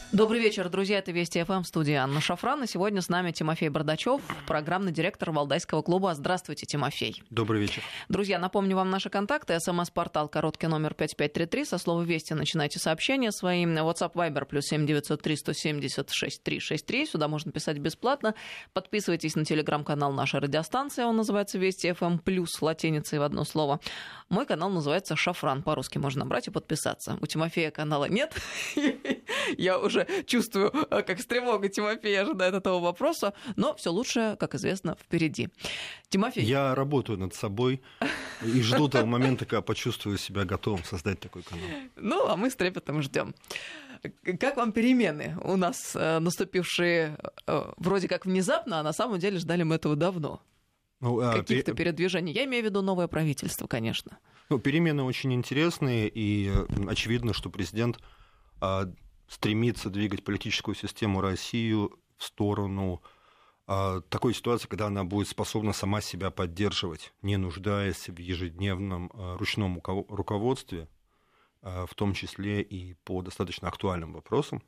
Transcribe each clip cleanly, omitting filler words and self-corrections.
Добрый вечер, друзья. Это Вести ФМ, студия Анна Шафран. И сегодня с нами Тимофей Бардачев, программный директор Валдайского клуба. Здравствуйте, Тимофей. Добрый вечер. Друзья, напомню вам наши контакты. СМС-портал, короткий номер 5533. Со слова «Вести» начинайте сообщения свои. WhatsApp, Viber, +7 903 170 6363. Сюда можно писать бесплатно. Подписывайтесь на телеграм-канал нашей радиостанции. Он называется Вести ФМ, плюс латиницей в одно слово. Мой канал называется Шафран. По-русски можно набрать и подписаться. У Тимофея канала нет. Я уже чувствую, как с тревогой Тимофей ожидает этого вопроса, но все лучшее, как известно, впереди. Тимофей. Я работаю над собой и жду того момента, когда почувствую себя готовым создать такой канал. Ну, а мы с трепетом ждем. Как вам перемены у нас наступившие вроде как внезапно, а на самом деле ждали мы этого давно? Каких-то передвижений. Я имею в виду новое правительство, конечно. Перемены очень интересные, и очевидно, что президент стремится двигать политическую систему России в сторону такой ситуации, когда она будет способна сама себя поддерживать, не нуждаясь в ежедневном ручном руководстве, в том числе и по достаточно актуальным вопросам.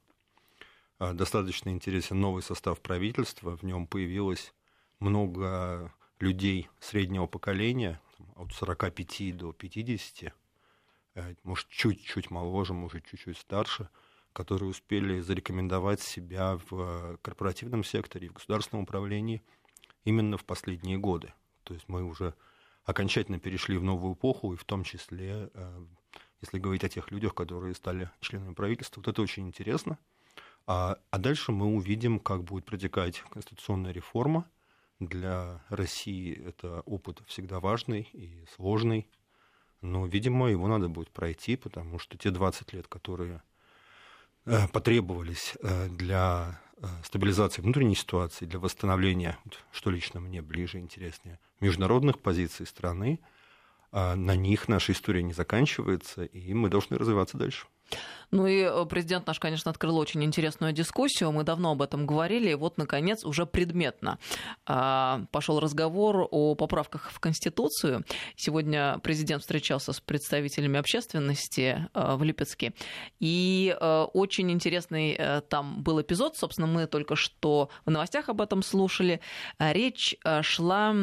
Достаточно интересен новый состав правительства, в нем появилось много людей среднего поколения, от 45 до 50, может, чуть-чуть моложе, может, чуть-чуть старше, которые успели зарекомендовать себя в корпоративном секторе, в государственном управлении именно в последние годы. То есть мы уже окончательно перешли в новую эпоху, и в том числе, если говорить о тех людях, которые стали членами правительства, вот это очень интересно. А дальше мы увидим, как будет протекать конституционная реформа. Для России это опыт всегда важный и сложный, но, видимо, его надо будет пройти, потому что те 20 лет, которые потребовались для стабилизации внутренней ситуации, для восстановления, что лично мне ближе и интереснее, международных позиций страны, на них наша история не заканчивается, и мы должны развиваться дальше. Ну и президент наш, конечно, открыл очень интересную дискуссию. Мы давно об этом говорили, и вот, наконец, уже предметно пошел разговор о поправках в Конституцию. Сегодня президент встречался с представителями общественности в Липецке, и очень интересный там был эпизод. Собственно, мы только что в новостях об этом слушали. Речь шла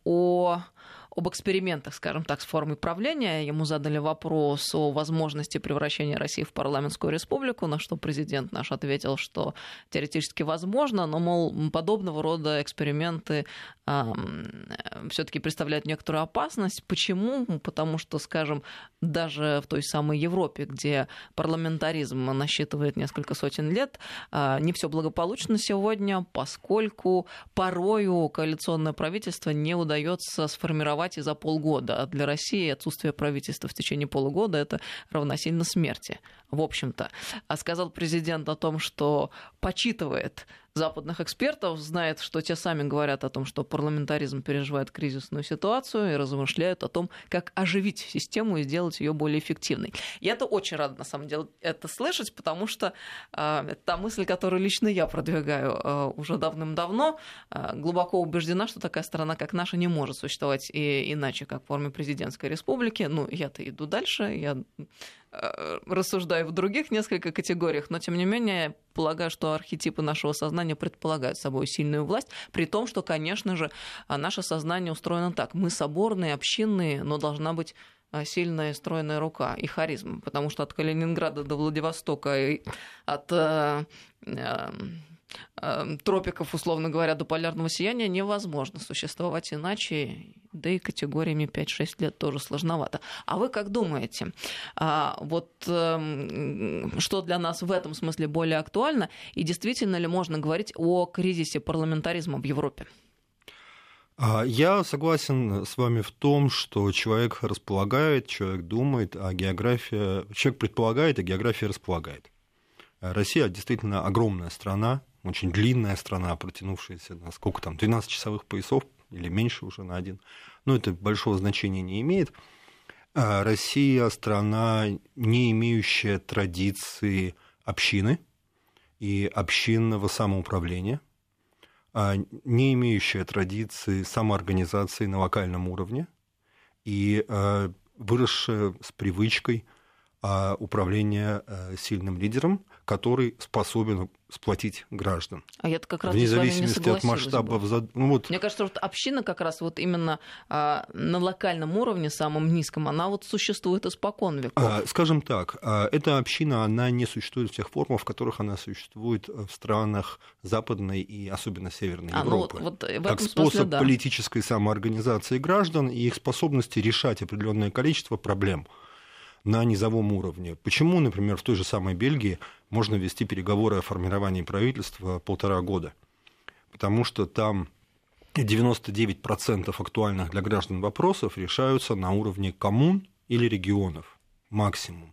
об экспериментах, скажем так, с формой правления. Ему задали вопрос о возможности превращения России в парламентскую республику, на что президент наш ответил, что теоретически возможно, но, мол, подобного рода эксперименты все-таки представляют некоторую опасность. Почему? Потому что, скажем, даже в той самой Европе, где парламентаризм насчитывает несколько сотен лет, не все благополучно сегодня, поскольку порою коалиционное правительство не удается сформировать и за полгода. А для России отсутствие правительства в течение полугода — это равносильно смерти, в общем-то. А сказал президент о том, что почитывает западных экспертов, знает, что те сами говорят о том, что парламентаризм переживает кризисную ситуацию, и размышляют о том, как оживить систему и сделать ее более эффективной. Я это очень рада, на самом деле, это слышать, потому что это та мысль, которую лично я продвигаю уже давным-давно. Глубоко убеждена, что такая страна, как наша, не может существовать иначе, как в форме президентской республики. Ну, я-то иду дальше, я рассуждаю в других несколько категориях, но, тем не менее, полагаю, что архетипы нашего сознания предполагают собой сильную власть, при том, что, конечно же, наше сознание устроено так. Мы соборные, общинные, но должна быть сильная стройная рука и харизма, потому что от Калининграда до Владивостока и от тропиков, условно говоря, до полярного сияния невозможно существовать иначе, да и категориями 5-6 лет тоже сложновато. А вы как думаете, вот что для нас в этом смысле более актуально, и действительно ли можно говорить о кризисе парламентаризма в Европе? Я согласен с вами в том, что человек располагает, человек думает, а география... Человек предполагает, а география располагает. Россия действительно огромная страна, очень длинная страна, протянувшаяся на сколько там, 12 часовых поясов, или меньше уже на один. Но это большого значения не имеет. Россия страна, не имеющая традиции общины и общинного самоуправления, не имеющая традиции самоорганизации на локальном уровне и выросшая с привычкой управления сильным лидером, который способен сплотить граждан. А я как раз вне с вами не зависимости от масштабов. Мне кажется, вот община как раз вот именно на локальном уровне, самом низком, она вот существует испокон веков. Скажем так, эта община, она не существует в тех формах, в которых она существует в странах Западной и особенно Северной Европы. Вот в этом как смысле, способ да. политической самоорганизации граждан и их способности решать определенное количество проблем на низовом уровне. Почему, например, в той же самой Бельгии можно вести переговоры о формировании правительства 1,5 года? Потому что там 99% актуальных для граждан вопросов решаются на уровне коммун или регионов максимум.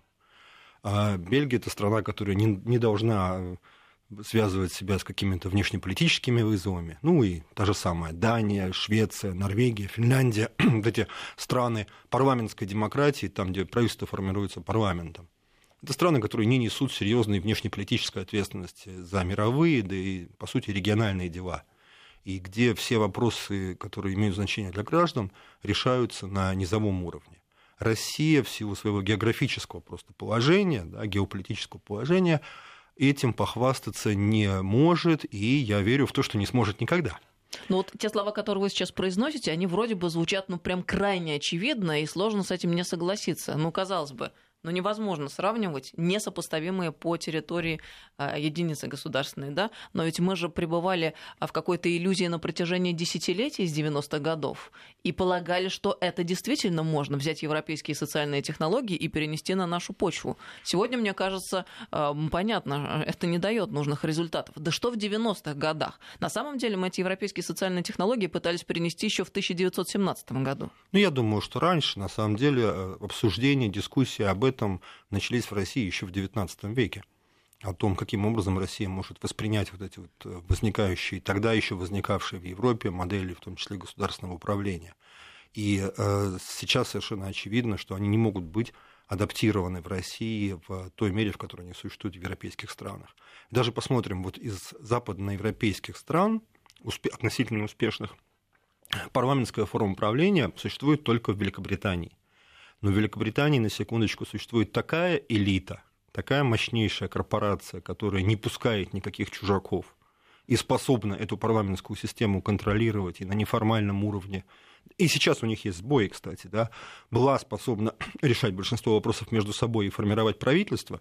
А Бельгия – это страна, которая не должна связывать себя с какими-то внешнеполитическими вызовами. Ну и та же самая Дания, Швеция, Норвегия, Финляндия, вот эти страны парламентской демократии, там, где правительство формируется парламентом. Это страны, которые не несут серьезной внешнеполитической ответственности за мировые, да и, по сути, региональные дела. И где все вопросы, которые имеют значение для граждан, решаются на низовом уровне. Россия в силу своего географического просто положения, да, геополитического положения, этим похвастаться не может, и я верю в то, что не сможет никогда. Ну вот те слова, которые вы сейчас произносите, они вроде бы звучат, прям крайне очевидно, и сложно с этим не согласиться. Казалось бы, невозможно сравнивать несопоставимые по территории единицы государственной, да? Но ведь мы же пребывали в какой-то иллюзии на протяжении десятилетий с 90-х годов и полагали, что это действительно можно взять европейские социальные технологии и перенести на нашу почву. Сегодня, мне кажется, понятно, это не дает нужных результатов. Да что в 90-х годах? На самом деле мы эти европейские социальные технологии пытались перенести еще в 1917 году. Я думаю, что раньше, на самом деле, обсуждение, дискуссия об этом начались в России еще в XIX веке. О том, каким образом Россия может воспринять вот эти вот возникающие, тогда еще возникавшие в Европе модели, в том числе государственного управления. И сейчас совершенно очевидно, что они не могут быть адаптированы в России в той мере, в которой они существуют в европейских странах. Даже посмотрим, вот из западноевропейских стран, относительно успешных, парламентская форма правления существует только в Великобритании. Но в Великобритании, на секундочку, существует такая элита, такая мощнейшая корпорация, которая не пускает никаких чужаков и способна эту парламентскую систему контролировать и на неформальном уровне. И сейчас у них есть сбои, кстати, да, была способна решать большинство вопросов между собой и формировать правительство,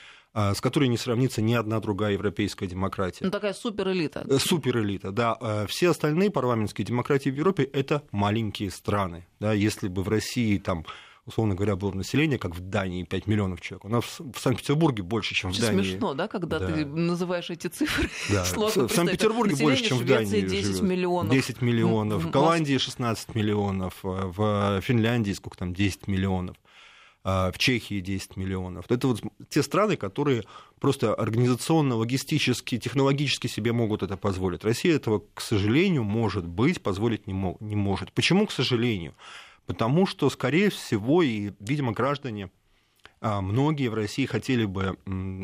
с которой не сравнится ни одна другая европейская демократия. Такая суперэлита. Суперэлита, да. Все остальные парламентские демократии в Европе – это маленькие страны. Да. Если бы в России там, условно говоря, было население, как в Дании, 5 миллионов человек. У нас в Санкт-Петербурге больше, чем в Дании. Смешно, да, когда ты называешь эти цифры? Да. В Санкт-Петербурге больше, чем в Дании. 10 миллионов. 10 миллионов. В Голландии 16 миллионов. В Финляндии сколько там? 10 миллионов. В Чехии 10 миллионов. Это вот те страны, которые просто организационно, логистически, технологически себе могут это позволить. Россия этого, к сожалению, может быть, позволить не может. Почему, к сожалению? Потому что, скорее всего, и, видимо, граждане, многие в России хотели бы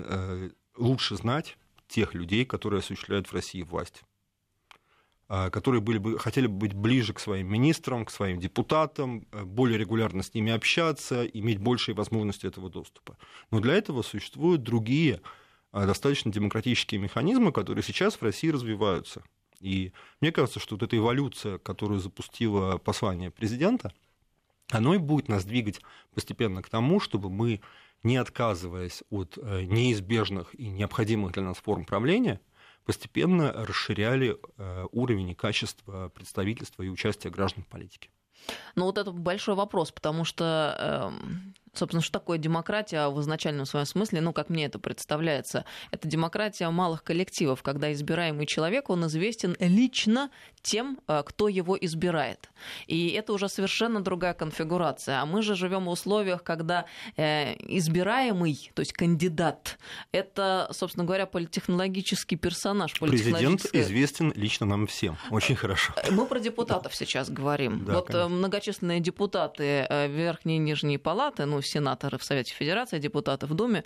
лучше знать тех людей, которые осуществляют в России власть, которые хотели бы быть ближе к своим министрам, к своим депутатам, более регулярно с ними общаться, иметь большие возможности этого доступа. Но для этого существуют другие достаточно демократические механизмы, которые сейчас в России развиваются. И мне кажется, что вот эта эволюция, которую запустило послание президента, оно и будет нас двигать постепенно к тому, чтобы мы, не отказываясь от неизбежных и необходимых для нас форм правления, постепенно расширяли уровень и качество представительства и участия граждан в политике. Вот это большой вопрос, потому что, собственно, что такое демократия в изначальном своем смысле, как мне это представляется, это демократия малых коллективов, когда избираемый человек, он известен лично тем, кто его избирает. И это уже совершенно другая конфигурация. А мы же живем в условиях, когда избираемый, то есть кандидат, это, собственно говоря, политтехнологический персонаж. Президент известен лично нам всем. Очень хорошо. Мы про депутатов сейчас говорим. Да, конечно. Многочисленные депутаты Верхней и Нижней палаты, сенаторы в Совете Федерации, депутаты в Думе,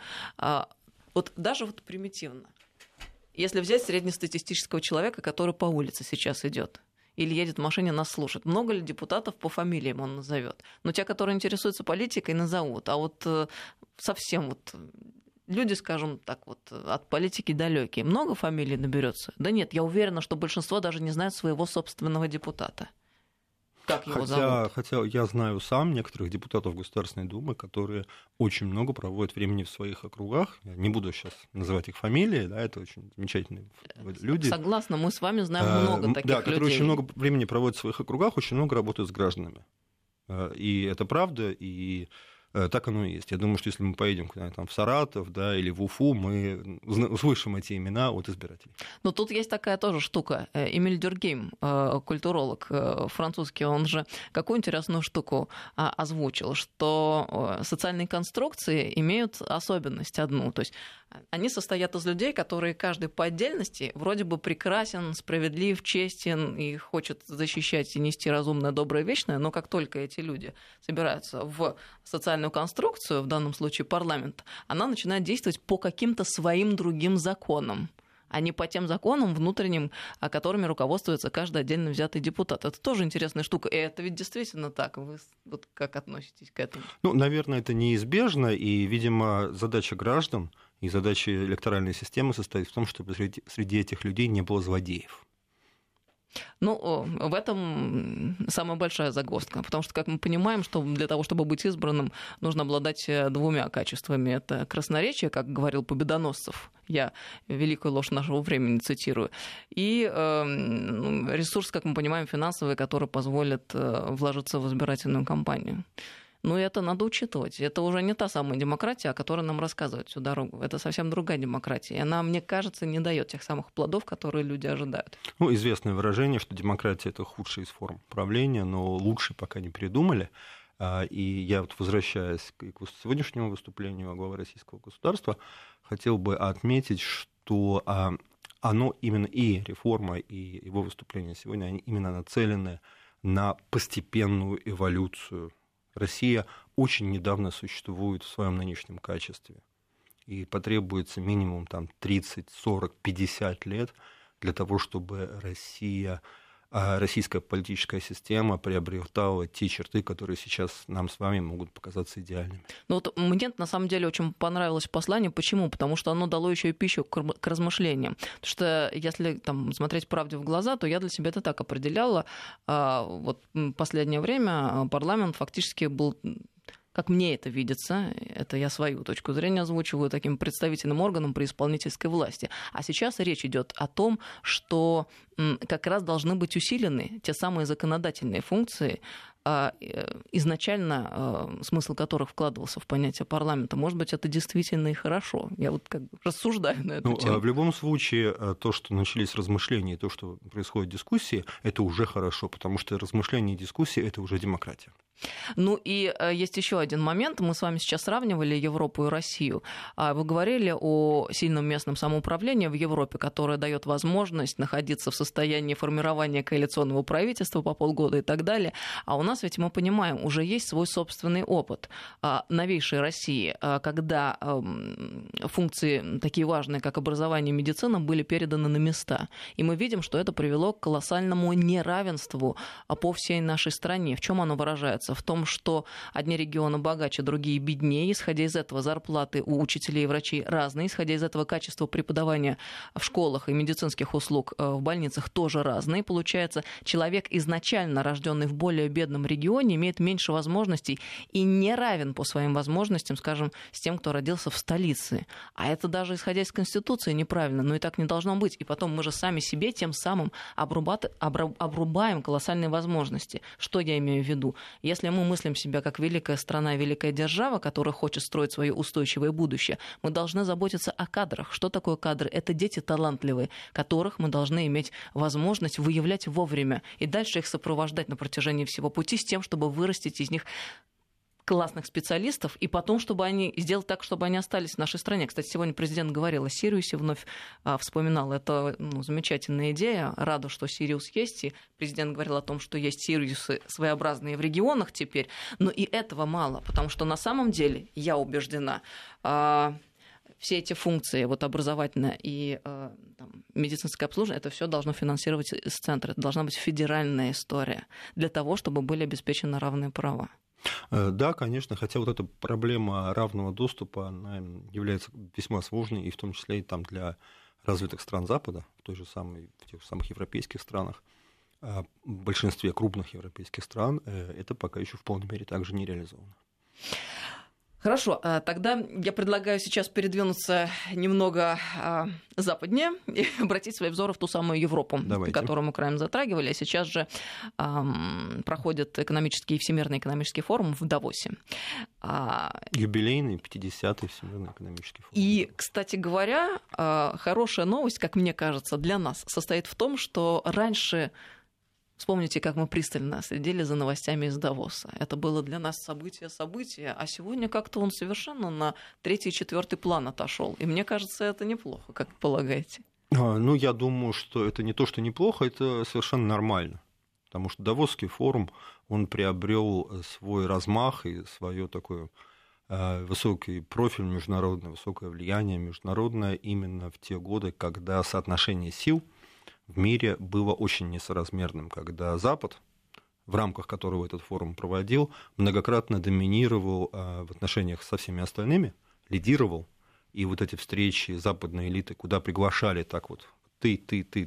даже примитивно. Если взять среднестатистического человека, который по улице сейчас идет или едет в машине, нас слушает, много ли депутатов по фамилиям он назовет? Но те, которые интересуются политикой, назовут. А совсем люди, скажем так, вот от политики далекие. Много фамилий наберется? Да нет, я уверена, что большинство даже не знает своего собственного депутата. Как его зовут? Хотя я знаю сам некоторых депутатов Государственной Думы, которые очень много проводят времени в своих округах. Я не буду сейчас называть их фамилии, да, это очень замечательные люди. Согласна, мы с вами знаем много таких людей. Которые очень много времени проводят в своих округах, очень много работают с гражданами. И это правда, и так оно и есть. Я думаю, что если мы поедем куда-нибудь в Саратов, да, или в Уфу, мы услышим эти имена от избирателей. Но тут есть такая тоже штука. Эмиль Дюркгейм, культуролог французский, он же какую интересную штуку озвучил, что социальные конструкции имеют особенность одну. То есть они состоят из людей, которые каждый по отдельности вроде бы прекрасен, справедлив, честен и хочет защищать и нести разумное, доброе, вечное, но как только эти люди собираются в социальную конструкцию, в данном случае парламент, она начинает действовать по каким-то своим другим законам, а не по тем законам внутренним, которыми руководствуется каждый отдельно взятый депутат. Это тоже интересная штука. И это ведь действительно так. Вы вот как относитесь к этому? Наверное, это неизбежно, и, видимо, задача граждан и задача электоральной системы состоит в том, чтобы среди этих людей не было злодеев. В этом самая большая загвоздка, потому что, как мы понимаем, что для того, чтобы быть избранным, нужно обладать двумя качествами. Это красноречие, как говорил Победоносцев, я «Великую ложь нашего времени» цитирую, и ресурс, как мы понимаем, финансовый, который позволит вложиться в избирательную кампанию. Но это надо учитывать. Это уже не та самая демократия, о которой нам рассказывают всю дорогу. Это совсем другая демократия. И она, мне кажется, не дает тех самых плодов, которые люди ожидают. Известное выражение, что демократия – это худшая из форм правления, но лучше пока не придумали. И я вот, возвращаясь к сегодняшнему выступлению главы российского государства, хотел бы отметить, что оно именно и реформа, и его выступление сегодня, они именно нацелены на постепенную эволюцию. Россия очень недавно существует в своем нынешнем качестве, и потребуется минимум 30, 40, 50 лет для того, чтобы российская политическая система приобретала те черты, которые сейчас нам с вами могут показаться идеальными. Мне на самом деле очень понравилось послание. Почему? Потому что оно дало еще и пищу к размышлениям. Потому что если смотреть правде в глаза, то я для себя это так определяла. Вот в последнее время парламент фактически был, как мне это видится, это я свою точку зрения озвучиваю, таким представительным органом при исполнительской власти. А сейчас речь идет о том, что как раз должны быть усилены те самые законодательные функции, изначально смысл которых вкладывался в понятие парламента. Может быть, это действительно и хорошо. Я вот как бы рассуждаю на эту тему. В любом случае, то, что начались размышления, то, что происходят дискуссии, это уже хорошо, потому что размышления и дискуссии – это уже демократия. И есть еще один момент. Мы с вами сейчас сравнивали Европу и Россию. Вы говорили о сильном местном самоуправлении в Европе, которое дает возможность находиться в состоянии формирования коалиционного правительства по полгода и так далее. А у нас ведь, мы понимаем, уже есть свой собственный опыт новейшей России, когда функции такие важные, как образование и медицина, были переданы на места. И мы видим, что это привело к колоссальному неравенству по всей нашей стране. В чем оно выражается? В том, что одни регионы богаче, другие беднее. Исходя из этого, зарплаты у учителей и врачей разные. Исходя из этого, качество преподавания в школах и медицинских услуг в больницах тоже разные. Получается, человек, изначально рожденный в более бедном регионе, имеет меньше возможностей и не равен по своим возможностям, скажем, с тем, кто родился в столице. А это даже исходя из Конституции неправильно, но и так не должно быть. И потом мы же сами себе тем самым обрубаем колоссальные возможности. Что я имею в виду? Если мы мыслим себя как великая страна, великая держава, которая хочет строить свое устойчивое будущее, мы должны заботиться о кадрах. Что такое кадры? Это дети талантливые, которых мы должны иметь возможность выявлять вовремя и дальше их сопровождать на протяжении всего пути с тем, чтобы вырастить из них классных специалистов, и потом, чтобы они сделать так, чтобы они остались в нашей стране. Кстати, сегодня президент говорил о Сириусе, вновь вспоминал. Это замечательная идея. Рада, что Сириус есть. И президент говорил о том, что есть Сириусы своеобразные в регионах теперь. Но и этого мало, потому что на самом деле, я убеждена, все эти функции, образовательное и медицинское обслуживание, это все должно финансировать из центра. Это должна быть федеральная история для того, чтобы были обеспечены равные права. Да, конечно, хотя вот эта проблема равного доступа, она является весьма сложной, и в том числе и там для развитых стран Запада, в тех же самых европейских странах, в большинстве крупных европейских стран это пока еще в полной мере также не реализовано. Хорошо, тогда я предлагаю сейчас передвинуться немного западнее и обратить свои взоры в ту самую Европу, Давайте. которую мы краем затрагивали. Сейчас же проходит Всемирный экономический форум в Давосе. Юбилейный 50-й Всемирный экономический форум. И, кстати говоря, хорошая новость, как мне кажется, для нас состоит в том, что раньше... Вспомните, как мы пристально следили за новостями из Давоса. Это было для нас событие, а сегодня как-то он совершенно на 3-й и 4-й план отошел. И мне кажется, это неплохо, как вы полагаете? Ну, я думаю, что это не то, что неплохо, это совершенно нормально. Потому что Давосский форум, он приобрел свой размах и свое такое высокий профиль международный, высокое влияние международное именно в те годы, когда соотношение сил в мире было очень несоразмерным, когда Запад, в рамках которого этот форум проводил, многократно доминировал в отношениях со всеми остальными, лидировал, и вот эти встречи западной элиты, куда приглашали так вот ты,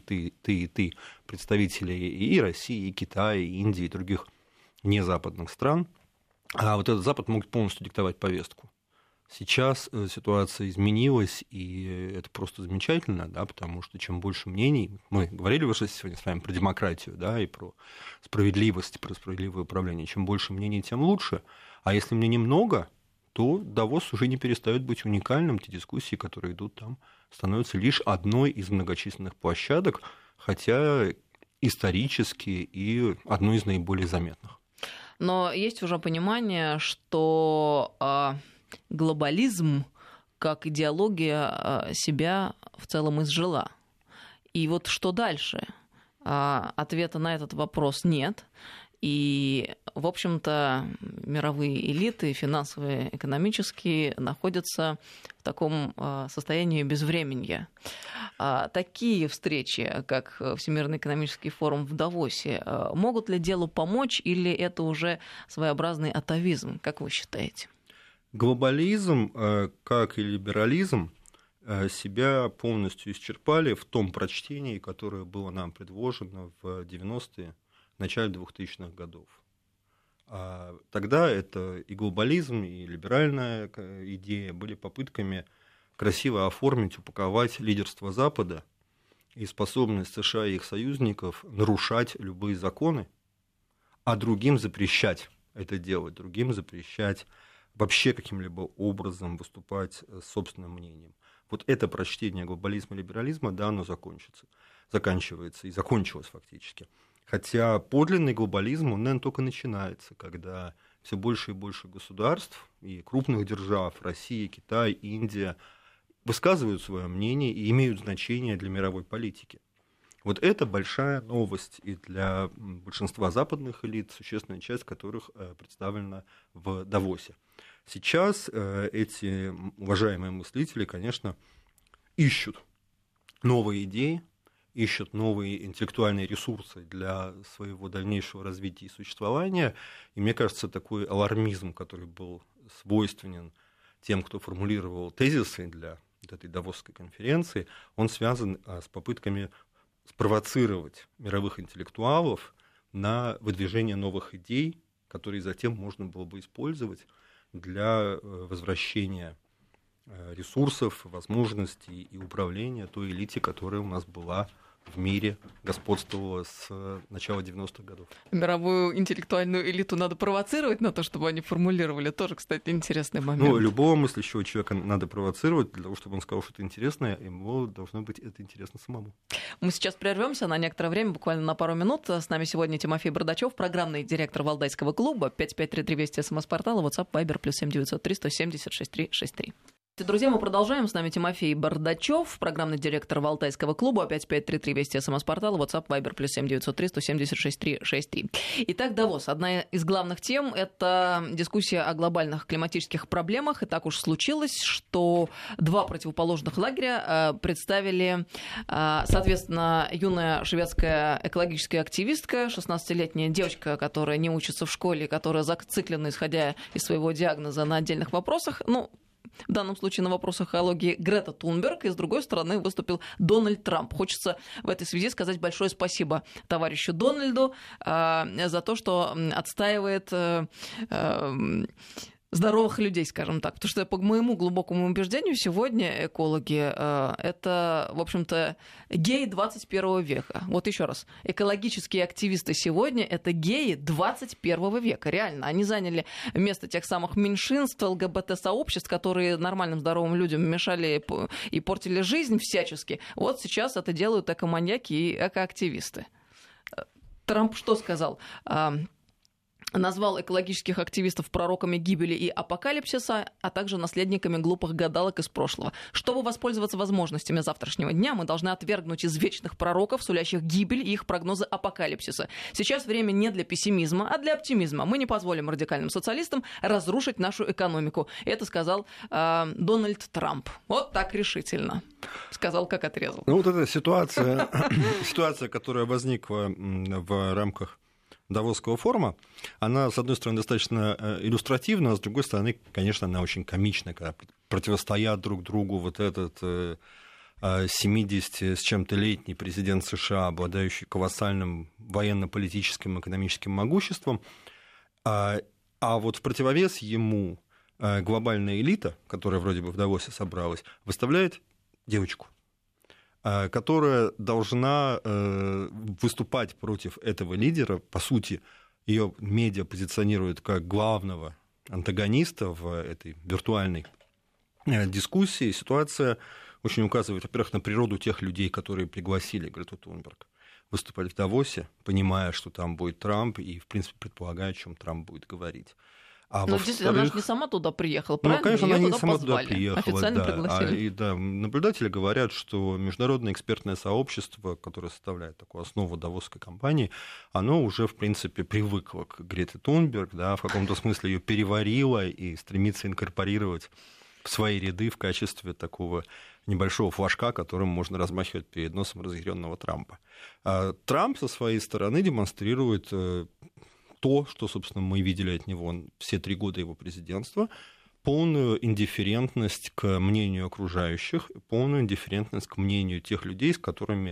представители и России, и Китая, и Индии, и других незападных стран, а вот этот Запад мог полностью диктовать повестку. Сейчас ситуация изменилась, и это просто замечательно, да, потому что чем больше мнений, мы говорили уже сегодня с вами про демократию, да, и про справедливость, про справедливое управление, чем больше мнений, тем лучше, а если мнений много, то Давос уже не перестает быть уникальным, те дискуссии, которые идут там, становятся лишь одной из многочисленных площадок, хотя исторически и одной из наиболее заметных. Но есть уже понимание, что глобализм как идеология себя в целом изжила. И вот что дальше? Ответа на этот вопрос нет. И, в общем-то, мировые элиты, финансовые, экономические, находятся в таком состоянии безвременья. Такие встречи, как Всемирный экономический форум в Давосе, могут ли делу помочь, или это уже своеобразный атавизм, как вы считаете? Глобализм, как и либерализм, себя полностью исчерпали в том прочтении, которое было нам предложено в 90-е, в начале 2000-х годов. Тогда это и глобализм, и либеральная идея были попытками красиво оформить, упаковать лидерство Запада и способность США и их союзников нарушать любые законы, а другим запрещать это делать, другим запрещать вообще каким-либо образом выступать с собственным мнением. Вот это прочтение глобализма и либерализма, да, оно заканчивается и закончилось фактически. Хотя подлинный глобализм, он, наверное, только начинается, когда все больше и больше государств и крупных держав, Россия, Китай, Индия, высказывают свое мнение и имеют значение для мировой политики. Вот это большая новость и для большинства западных элит, существенная часть которых представлена в Давосе. Сейчас эти уважаемые мыслители, конечно, ищут новые идеи, ищут новые интеллектуальные ресурсы для своего дальнейшего развития и существования. И мне кажется, такой алармизм, который был свойственен тем, кто формулировал тезисы для вот этой Давосской конференции, он связан с попытками спровоцировать мировых интеллектуалов на выдвижение новых идей, которые затем можно было бы использовать для возвращения ресурсов, возможностей и управления той элите, которая у нас была в мире, господствовала с начала 90-х годов. Мировую интеллектуальную элиту надо провоцировать на то, чтобы они формулировали. Тоже, кстати, интересный момент. Ну, любого мыслящего человека надо провоцировать для того, чтобы он сказал что-то интересное, ему должно быть это интересно самому. Мы сейчас прервемся на некоторое время, буквально на пару минут. С нами сегодня Тимофей Бардачев, программный директор Валдайского клуба. 5533 Вести, СМС-портала, WhatsApp, Viber, +7 903 170 6363. Друзья, мы продолжаем. С нами Тимофей Бардачев, программный директор Валтайского клуба. 5533 Вести, СМС-портал, WhatsApp, Viber, +7 903 176 363. Итак, Давос. Одна из главных тем – это дискуссия о глобальных климатических проблемах. И так уж случилось, что два противоположных лагеря представили, соответственно, юная шведская экологическая активистка, 16-летняя девочка, которая не учится в школе, которая зациклена, исходя из своего диагноза, на отдельных вопросах. В данном случае на вопросах экологии Грета Тунберг, и с другой стороны выступил Дональд Трамп. Хочется в этой связи сказать большое спасибо товарищу Дональду за то, что отстаивает здоровых людей, скажем так. Потому что, по моему глубокому убеждению, сегодня экологи это, в общем-то, геи 21 века. Вот еще раз. Экологические активисты сегодня это геи 21 века. Реально. Они заняли место тех самых меньшинств, ЛГБТ-сообществ, которые нормальным здоровым людям мешали и портили жизнь всячески. Вот сейчас это делают экоманьяки и экоактивисты. Трамп что сказал? Назвал экологических активистов пророками гибели и апокалипсиса, а также наследниками глупых гадалок из прошлого. Чтобы воспользоваться возможностями завтрашнего дня, мы должны отвергнуть извечных пророков, сулящих гибель и их прогнозы апокалипсиса. Сейчас время не для пессимизма, а для оптимизма. Мы не позволим радикальным социалистам разрушить нашу экономику. Это сказал Дональд Трамп. Вот так решительно. Сказал, как отрезал. Вот эта ситуация, которая возникла в рамках Давосского форума, она, с одной стороны, достаточно иллюстративна, а с другой стороны, конечно, она очень комична, когда противостоят друг другу вот этот 70 с чем-то летний президент США, обладающий колоссальным военно-политическим и экономическим могуществом, а вот в противовес ему глобальная элита, которая вроде бы в Давосе собралась, выставляет девочку, которая должна выступать против этого лидера. По сути, ее медиа позиционируют как главного антагониста в этой виртуальной дискуссии. Ситуация очень указывает, во-первых, на природу тех людей, которые пригласили Грету Тунберг выступать в Давосе, понимая, что там будет Трамп, и, в принципе, предполагая, о чем Трамп будет говорить. Но здесь она же не сама туда приехала, правильно? Конечно, её она не туда сама позвали. туда приехала. Официально пригласили. Наблюдатели говорят, что международное экспертное сообщество, которое составляет такую основу Давосской кампании, оно уже, в принципе, привыкло к Грете Тунберг, в каком-то смысле ее переварило и стремится инкорпорировать в свои ряды в качестве такого небольшого флажка, которым можно размахивать перед носом разъяренного Трампа. Трамп со своей стороны демонстрирует то, что, собственно, мы видели от него все 3 года его президентства, полную индифферентность к мнению окружающих, полную индифферентность к мнению тех людей, к которым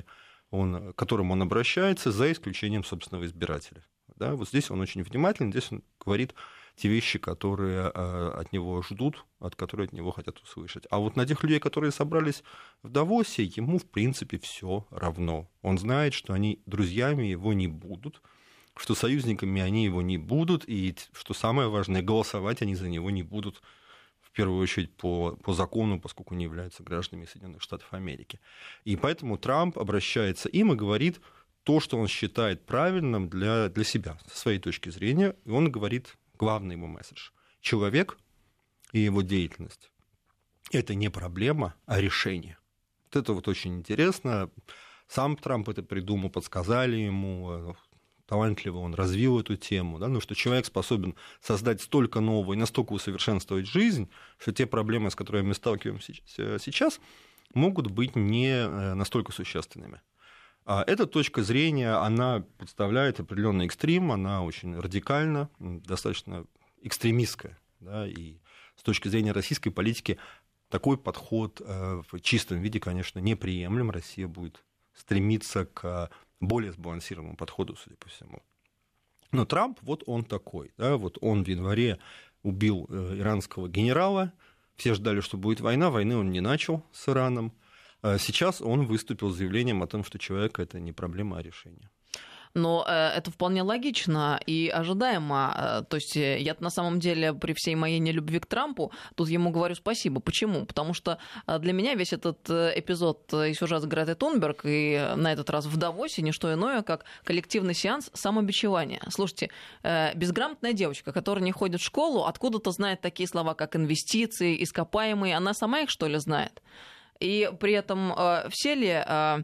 он обращается, за исключением собственного избирателя. Вот здесь он очень внимателен, здесь он говорит те вещи, которые от него ждут, которые от него хотят услышать. А вот на тех людей, которые собрались в Давосе, ему, в принципе, все равно. Он знает, что они друзьями его не будут, что союзниками они его не будут, и, что самое важное, голосовать они за него не будут, в первую очередь, по закону, поскольку не являются гражданами Соединенных Штатов Америки. И поэтому Трамп обращается им и говорит то, что он считает правильным для себя, со своей точки зрения, и он говорит главный его месседж. Человек и его деятельность – это не проблема, а решение. Вот это вот очень интересно. Сам Трамп это придумал, подсказали ему, талантливо он развил эту тему, что человек способен создать столько нового и настолько усовершенствовать жизнь, что те проблемы, с которыми мы сталкиваемся сейчас, могут быть не настолько существенными. Эта точка зрения, она представляет определенный экстрим, она очень радикальна, достаточно экстремистская. И с точки зрения российской политики такой подход в чистом виде, конечно, неприемлем. Россия будет стремиться к более сбалансированному подходу, судя по всему. Но Трамп, вот он такой. Вот он в январе убил иранского генерала. Все ждали, что будет война. Войны он не начал с Ираном. Сейчас он выступил с заявлением о том, что человек – это не проблема, а решение. Но это вполне логично и ожидаемо. То есть я на самом деле при всей моей нелюбви к Трампу тут ему говорю спасибо. Почему? Потому что для меня весь этот эпизод и сюжет с Гретой Тунберг и на этот раз в Давосе не что иное, как коллективный сеанс самобичевания. Слушайте, безграмотная девочка, которая не ходит в школу, откуда-то знает такие слова, как инвестиции, ископаемые, она сама их, что ли, знает? И при этом все ли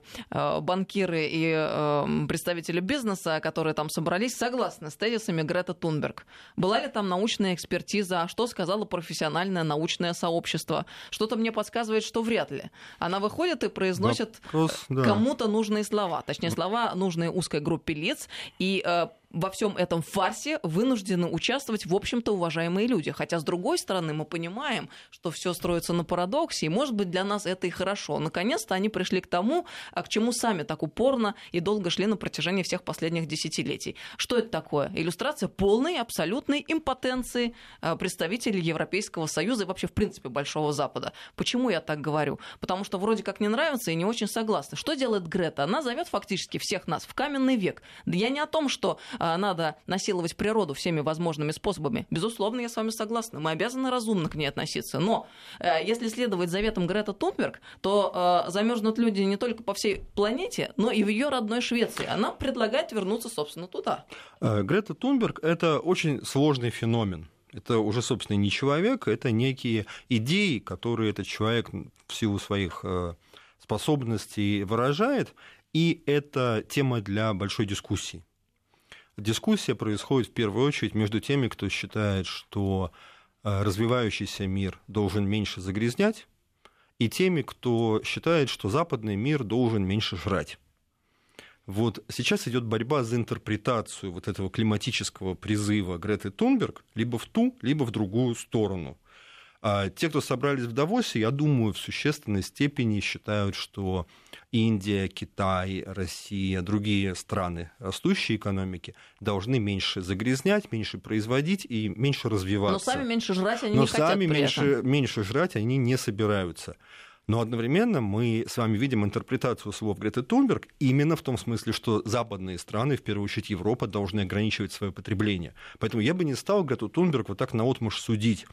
банкиры и представители бизнеса, которые там собрались, согласны с тезисами Греты Тунберг? Была ли там научная экспертиза? Что сказало профессиональное научное сообщество? Что-то мне подсказывает, что вряд ли. Она выходит и произносит кому-то нужные слова. Точнее, слова нужные узкой группе лиц. И во всем этом фарсе вынуждены участвовать, в общем-то, уважаемые люди. Хотя, с другой стороны, мы понимаем, что все строится на парадоксе, и, может быть, для нас это и хорошо. Наконец-то они пришли к тому, к чему сами так упорно и долго шли на протяжении всех последних десятилетий. Что это такое? Иллюстрация полной, абсолютной импотенции представителей Европейского Союза и вообще, в принципе, Большого Запада. Почему я так говорю? Потому что вроде как не нравится и не очень согласна. Что делает Грета? Она зовет фактически всех нас в каменный век. Да я не о том, что надо насиловать природу всеми возможными способами. Безусловно, я с вами согласна. Мы обязаны разумно к ней относиться. Но если следовать заветам Греты Тунберг, то замерзнут люди не только по всей планете, но и в ее родной Швеции. Она предлагает вернуться, собственно, туда. Грета Тунберг – это очень сложный феномен. Это уже, собственно, не человек, это некие идеи, которые этот человек в силу своих способностей выражает, и это тема для большой дискуссии. Дискуссия происходит в первую очередь между теми, кто считает, что развивающийся мир должен меньше загрязнять, и теми, кто считает, что западный мир должен меньше жрать. Вот сейчас идет борьба за интерпретацию вот этого климатического призыва Греты Тунберг либо в ту, либо в другую сторону. А те, кто собрались в Давосе, я думаю, в существенной степени считают, что Индия, Китай, Россия, другие страны, растущие экономики, должны меньше загрязнять, меньше производить и меньше развиваться. Но сами меньше жрать они не хотят при этом. Но сами меньше жрать они не собираются. Но одновременно мы с вами видим интерпретацию слов Греты Тунберг именно в том смысле, что западные страны, в первую очередь Европа, должны ограничивать свое потребление. Поэтому я бы не стал Грету Тунберг вот так наотмашь судить.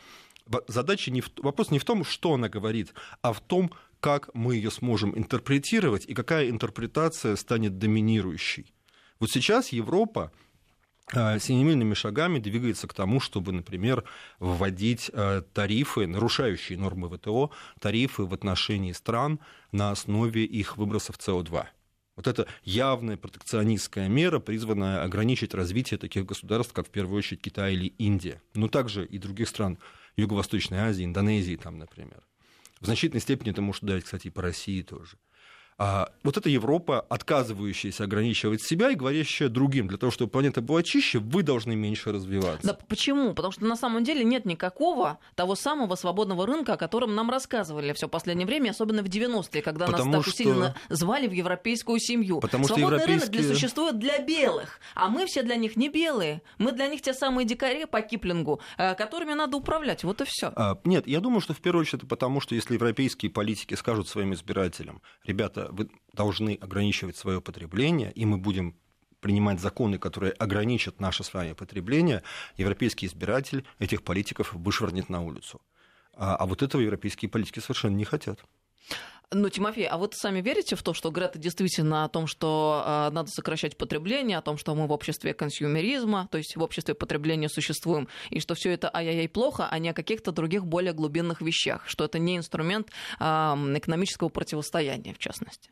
Вопрос не в том, что она говорит, а в том, как мы ее сможем интерпретировать и какая интерпретация станет доминирующей. Вот сейчас Европа семимильными шагами двигается к тому, чтобы, например, вводить тарифы, нарушающие нормы ВТО, тарифы в отношении стран на основе их выбросов СО2. Вот это явная протекционистская мера, призванная ограничить развитие таких государств, как в первую очередь Китай или Индия, но также и других стран Юго-Восточной Азии, Индонезии, там, например. В значительной степени это может давать, кстати, и по России тоже. Вот эта Европа, отказывающаяся ограничивать себя и говорящая другим, для того, чтобы планета была чище, вы должны меньше развиваться. Да почему? Потому что на самом деле нет никакого того самого свободного рынка, о котором нам рассказывали все последнее время, особенно в 90-е, когда нас так усиленно звали в европейскую семью. Свободный рынок существует для белых, а мы все для них не белые. Мы для них те самые дикари по Киплингу, которыми надо управлять. Вот и все. Нет, я думаю, что в первую очередь это потому, что если европейские политики скажут своим избирателям: ребята, вы должны ограничивать свое потребление, и мы будем принимать законы, которые ограничат наше с вами потребление, европейский избиратель этих политиков вышвырнет на улицу. А вот этого европейские политики совершенно не хотят. Ну, Тимофей, а вы сами верите в то, что Грета действительно о том, что надо сокращать потребление, о том, что мы в обществе консюмеризма, то есть в обществе потребления существуем, и что все это ай-яй-яй плохо, а не о каких-то других более глубинных вещах, что это не инструмент экономического противостояния, в частности?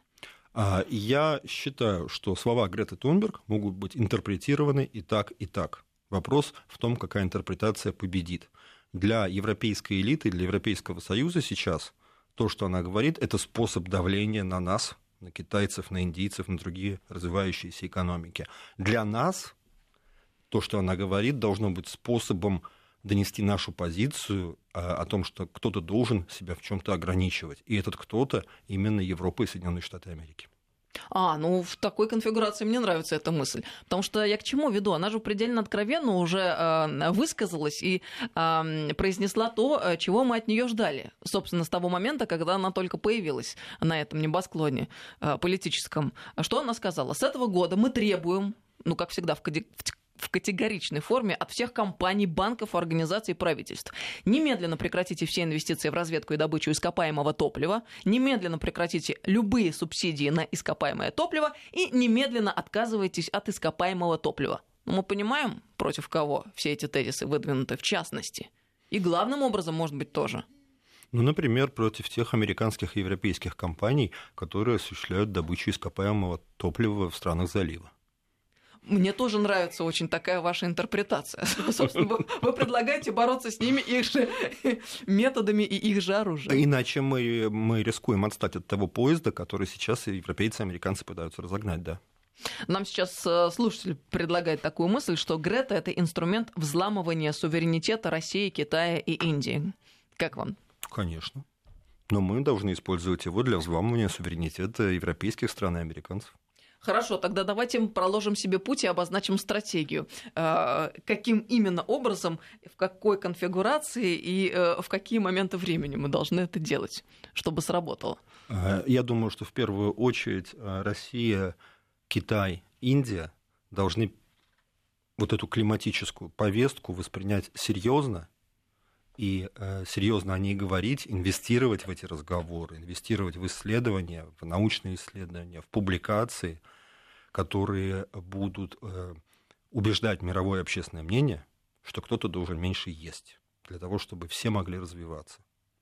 Я считаю, что слова Греты Тунберг могут быть интерпретированы и так, и так. Вопрос в том, какая интерпретация победит. Для европейской элиты, для Европейского Союза сейчас то, что она говорит, это способ давления на нас, на китайцев, на индийцев, на другие развивающиеся экономики. Для нас то, что она говорит, должно быть способом донести нашу позицию о том, что кто-то должен себя в чем-то ограничивать. И этот кто-то именно Европа и Соединенные Штаты Америки. Ну в такой конфигурации мне нравится эта мысль. Потому что я к чему веду? Она же предельно откровенно уже высказалась и произнесла то, чего мы от нее ждали. Собственно, с того момента, когда она только появилась на этом небосклоне политическом. Что она сказала? С этого года мы требуем как всегда, в категоричной форме от всех компаний, банков, организаций и правительств. Немедленно прекратите все инвестиции в разведку и добычу ископаемого топлива, немедленно прекратите любые субсидии на ископаемое топливо и немедленно отказывайтесь от ископаемого топлива. Мы понимаем, против кого все эти тезисы выдвинуты в частности. И главным образом, может быть, тоже. Например, против тех американских и европейских компаний, которые осуществляют добычу ископаемого топлива в странах залива. Мне тоже нравится очень такая ваша интерпретация. Собственно, вы предлагаете бороться с ними их же методами и их же оружием. Иначе мы рискуем отстать от того поезда, который сейчас европейцы и американцы пытаются разогнать, да. Нам сейчас слушатель предлагает такую мысль, что Грета — это инструмент взламывания суверенитета России, Китая и Индии. Как вам? Конечно. Но мы должны использовать его для взламывания суверенитета европейских стран и американцев. Хорошо, тогда давайте проложим себе путь и обозначим стратегию. Каким именно образом, в какой конфигурации и в какие моменты времени мы должны это делать, чтобы сработало? Я думаю, что в первую очередь Россия, Китай, Индия должны вот эту климатическую повестку воспринять серьезно и серьезно о ней говорить, инвестировать в эти разговоры, инвестировать в исследования, в научные исследования, в публикации, которые будут убеждать мировое общественное мнение, что кто-то должен меньше есть, для того, чтобы все могли развиваться.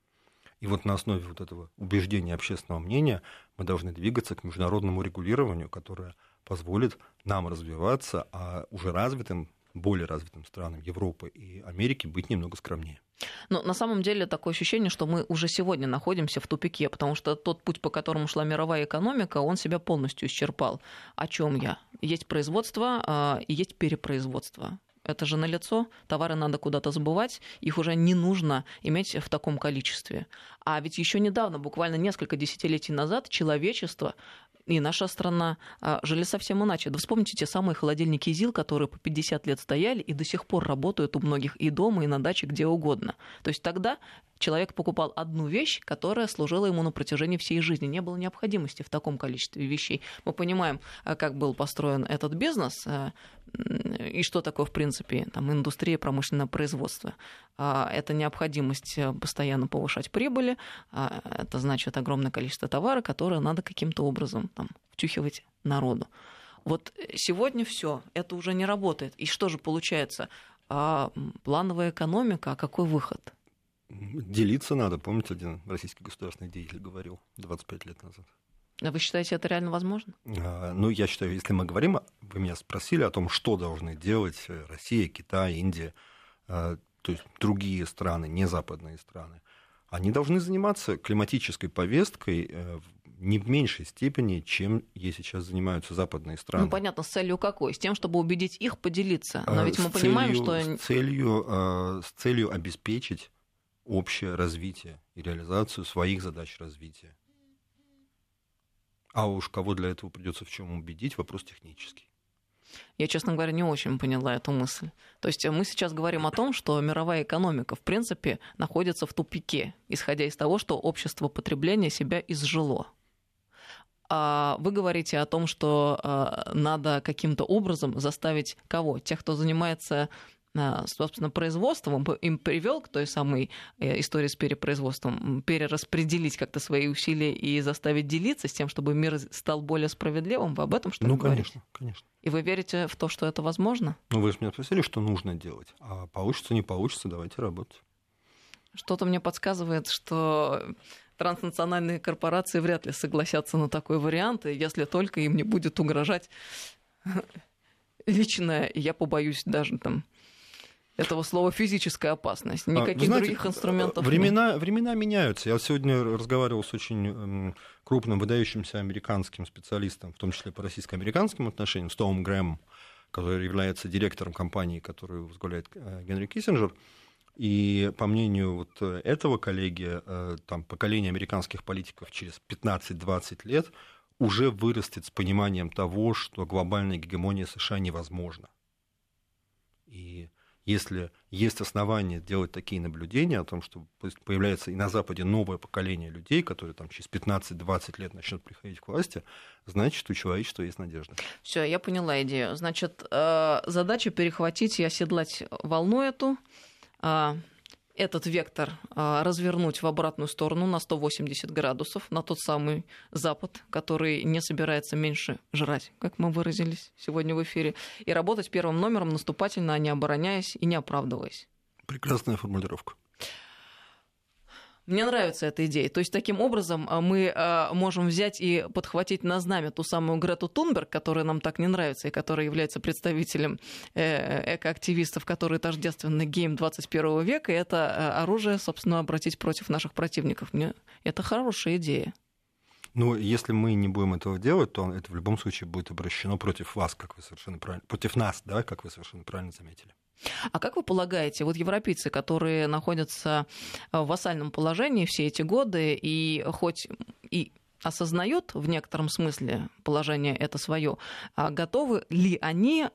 И вот на основе вот этого убеждения общественного мнения мы должны двигаться к международному регулированию, которое позволит нам развиваться, а уже развитым, более развитым странам Европы и Америки быть немного скромнее. Но на самом деле такое ощущение, что мы уже сегодня находимся в тупике, потому что тот путь, по которому шла мировая экономика, он себя полностью исчерпал. О чем я? Есть производство и есть перепроизводство. Это же налицо, товары надо куда-то сбывать, их уже не нужно иметь в таком количестве. А ведь еще недавно, буквально несколько десятилетий назад, человечество и наша страна жили совсем иначе. Да вспомните те самые холодильники ЗИЛ, которые по 50 лет стояли и до сих пор работают у многих и дома, и на даче, где угодно. То есть тогда человек покупал одну вещь, которая служила ему на протяжении всей жизни. Не было необходимости в таком количестве вещей. Мы понимаем, как был построен этот бизнес и что такое, в принципе, там, индустрия, промышленное производство. Это необходимость постоянно повышать прибыли, это значит огромное количество товара, которое надо каким-то образом там, втюхивать народу. Вот сегодня все, это уже не работает. И что же получается? Плановая экономика, а какой выход? Делиться надо. Помните, один российский государственный деятель говорил 25 лет назад. Вы считаете, это реально возможно? Я считаю, если мы говорим, вы меня спросили о том, что должны делать Россия, Китай, Индия, то есть другие страны, не западные страны, они должны заниматься климатической повесткой не в меньшей степени, чем ей сейчас занимаются западные страны. Понятно, с целью какой? С тем, чтобы убедить их поделиться. Но ведь мы понимаем, что... С целью обеспечить общее развитие и реализацию своих задач развития. А уж кого для этого придется в чем убедить, вопрос технический. Я, честно говоря, не очень поняла эту мысль. То есть мы сейчас говорим о том, что мировая экономика, в принципе, находится в тупике, исходя из того, что общество потребления себя изжило. А вы говорите о том, что надо каким-то образом заставить кого? Тех, кто занимается, собственно, производством, им привел к той самой истории с перепроизводством, перераспределить как-то свои усилия и заставить делиться с тем, чтобы мир стал более справедливым? Вы об этом что ли говорите? Конечно. И вы верите в то, что это возможно? Вы же меня спросили, что нужно делать. А получится, не получится, давайте работать. Что-то мне подсказывает, что транснациональные корпорации вряд ли согласятся на такой вариант, если только им не будет угрожать личная, я побоюсь даже там этого слова, физическая опасность. Никаких других инструментов нет. Времена меняются. Я сегодня разговаривал с очень крупным, выдающимся американским специалистом, в том числе по российско-американским отношениям, с Томом Грэмом, который является директором компании, которую возглавляет Генри Киссинджер. И по мнению вот этого коллеги, там, поколение американских политиков через 15-20 лет уже вырастет с пониманием того, что глобальная гегемония США невозможна. И Если есть основания делать такие наблюдения о том, что появляется и на Западе новое поколение людей, которые там через 15-20 лет начнут приходить к власти, значит, у человечества есть надежда. Все, я поняла идею. Значит, задача перехватить и оседлать волну эту, этот вектор развернуть в обратную сторону на 180 градусов, на тот самый Запад, который не собирается меньше жрать, как мы выразились сегодня в эфире, и работать первым номером наступательно, а не обороняясь и не оправдываясь. Прекрасная формулировка. Мне нравится эта идея. То есть таким образом мы можем взять и подхватить на знамя ту самую Грету Тунберг, которая нам так не нравится и которая является представителем экоактивистов, которые тождественны геям 21 века, и это оружие, собственно, обратить против наших противников. Это хорошая идея. Но если мы не будем этого делать, то это в любом случае будет обращено против вас, как вы совершенно правильно, против нас, да, как вы совершенно правильно заметили. А как вы полагаете, вот европейцы, которые находятся в вассальном положении все эти годы и хоть и осознают в некотором смысле положение это свое, готовы ли они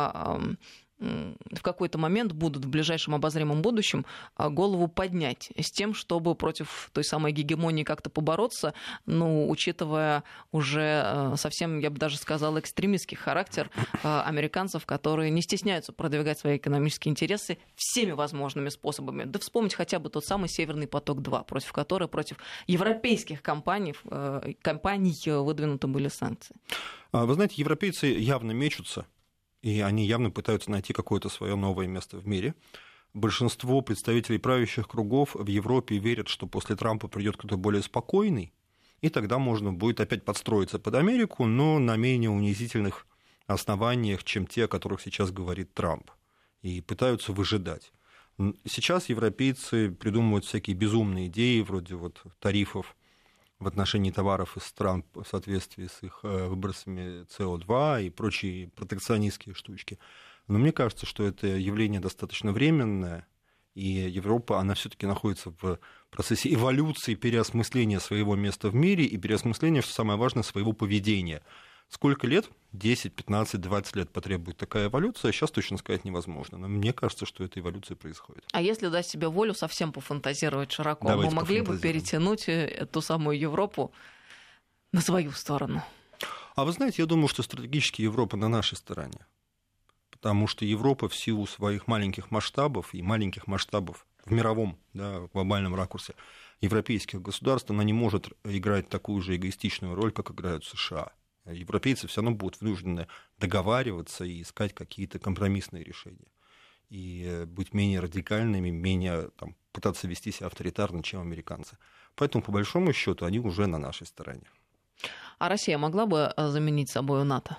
в какой-то момент будут в ближайшем обозримом будущем голову поднять с тем, чтобы против той самой гегемонии как-то побороться, ну, учитывая уже совсем, я бы даже сказала, экстремистский характер американцев, которые не стесняются продвигать свои экономические интересы всеми возможными способами. Да вспомнить хотя бы тот самый «Северный поток-2», против которого, против европейских компаний выдвинуты были санкции. Вы знаете, европейцы явно мечутся, и они явно пытаются найти какое-то свое новое место в мире. Большинство представителей правящих кругов в Европе верят, что после Трампа придет кто-то более спокойный, и тогда можно будет опять подстроиться под Америку, но на менее унизительных основаниях, чем те, о которых сейчас говорит Трамп, и пытаются выжидать. Сейчас европейцы придумывают всякие безумные идеи, вроде вот тарифов в отношении товаров из стран в соответствии с их выбросами СО2 и прочие протекционистские штучки. Но мне кажется, что это явление достаточно временное, и Европа, она все-таки находится в процессе эволюции, переосмысления своего места в мире и переосмысления, что самое важное, своего поведения. Сколько лет? 10, 15, 20 лет потребует такая эволюция, сейчас точно сказать невозможно. Но мне кажется, что эта эволюция происходит. А если дать себе волю совсем пофантазировать широко, давайте мы могли бы перетянуть ту самую Европу на свою сторону? А вы знаете, я думаю, что стратегически Европа на нашей стороне. Потому что Европа в силу своих маленьких масштабов и маленьких масштабов в мировом, да, глобальном ракурсе европейских государств, она не может играть такую же эгоистичную роль, как играют США. Европейцы все равно будут вынуждены договариваться и искать какие-то компромиссные решения. И быть менее радикальными, менее пытаться вести себя авторитарно, чем американцы. Поэтому, по большому счету, они уже на нашей стороне. А Россия могла бы заменить собой НАТО?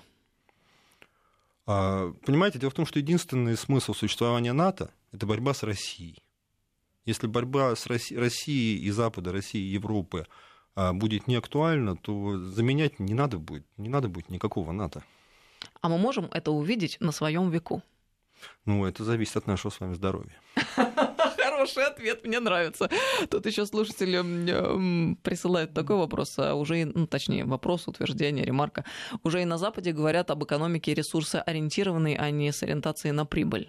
Понимаете, дело в том, что единственный смысл существования НАТО – это борьба с Россией. Если борьба с Россией и Запада, России и Европы будет не актуально, то заменять не надо будет никакого НАТО. А мы можем это увидеть на своем веку? Ну, это зависит от нашего с вами здоровья. Хороший ответ, мне нравится. Тут еще слушатели присылают такой вопрос, точнее, вопрос, утверждение, ремарка. Уже и на Западе говорят об экономике ресурсоориентированной, а не с ориентацией на прибыль.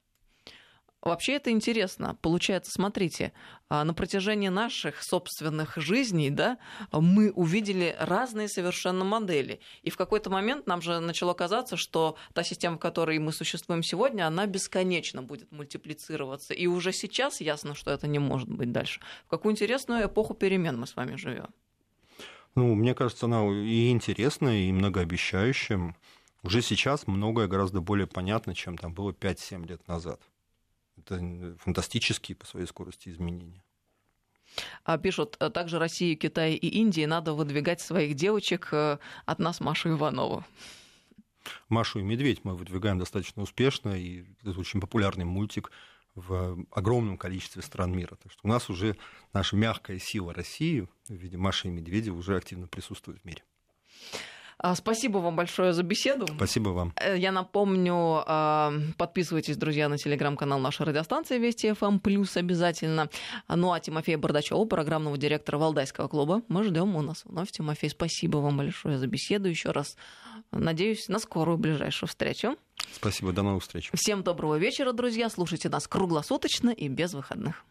Вообще это интересно. Получается, смотрите, на протяжении наших собственных жизней, да, мы увидели разные совершенно модели. И в какой-то момент нам же начало казаться, что та система, в которой мы существуем сегодня, она бесконечно будет мультиплицироваться. И уже сейчас ясно, что это не может быть дальше. В какую интересную эпоху перемен мы с вами живем? Ну, мне кажется, она и интересная, и многообещающая. Уже сейчас многое гораздо более понятно, чем там было 5-7 лет назад. Это фантастические по своей скорости изменения. Пишут, также России, Китаю и Индии надо выдвигать своих девочек от нас Машу Иванову. Машу и Медведь мы выдвигаем достаточно успешно, и это очень популярный мультик в огромном количестве стран мира. Так что у нас уже наша мягкая сила России в виде Маши и Медведя уже активно присутствует в мире. Спасибо вам большое за беседу. Спасибо вам. Я напомню, подписывайтесь, друзья, на телеграм-канал нашей радиостанции Вести ФМ+, обязательно. Ну а Тимофея Бардачева, программного директора Валдайского клуба, мы ждем у нас вновь. Тимофей, спасибо вам большое за беседу. Еще раз надеюсь на скорую ближайшую встречу. Спасибо, до новых встреч. Всем доброго вечера, друзья. Слушайте нас круглосуточно и без выходных.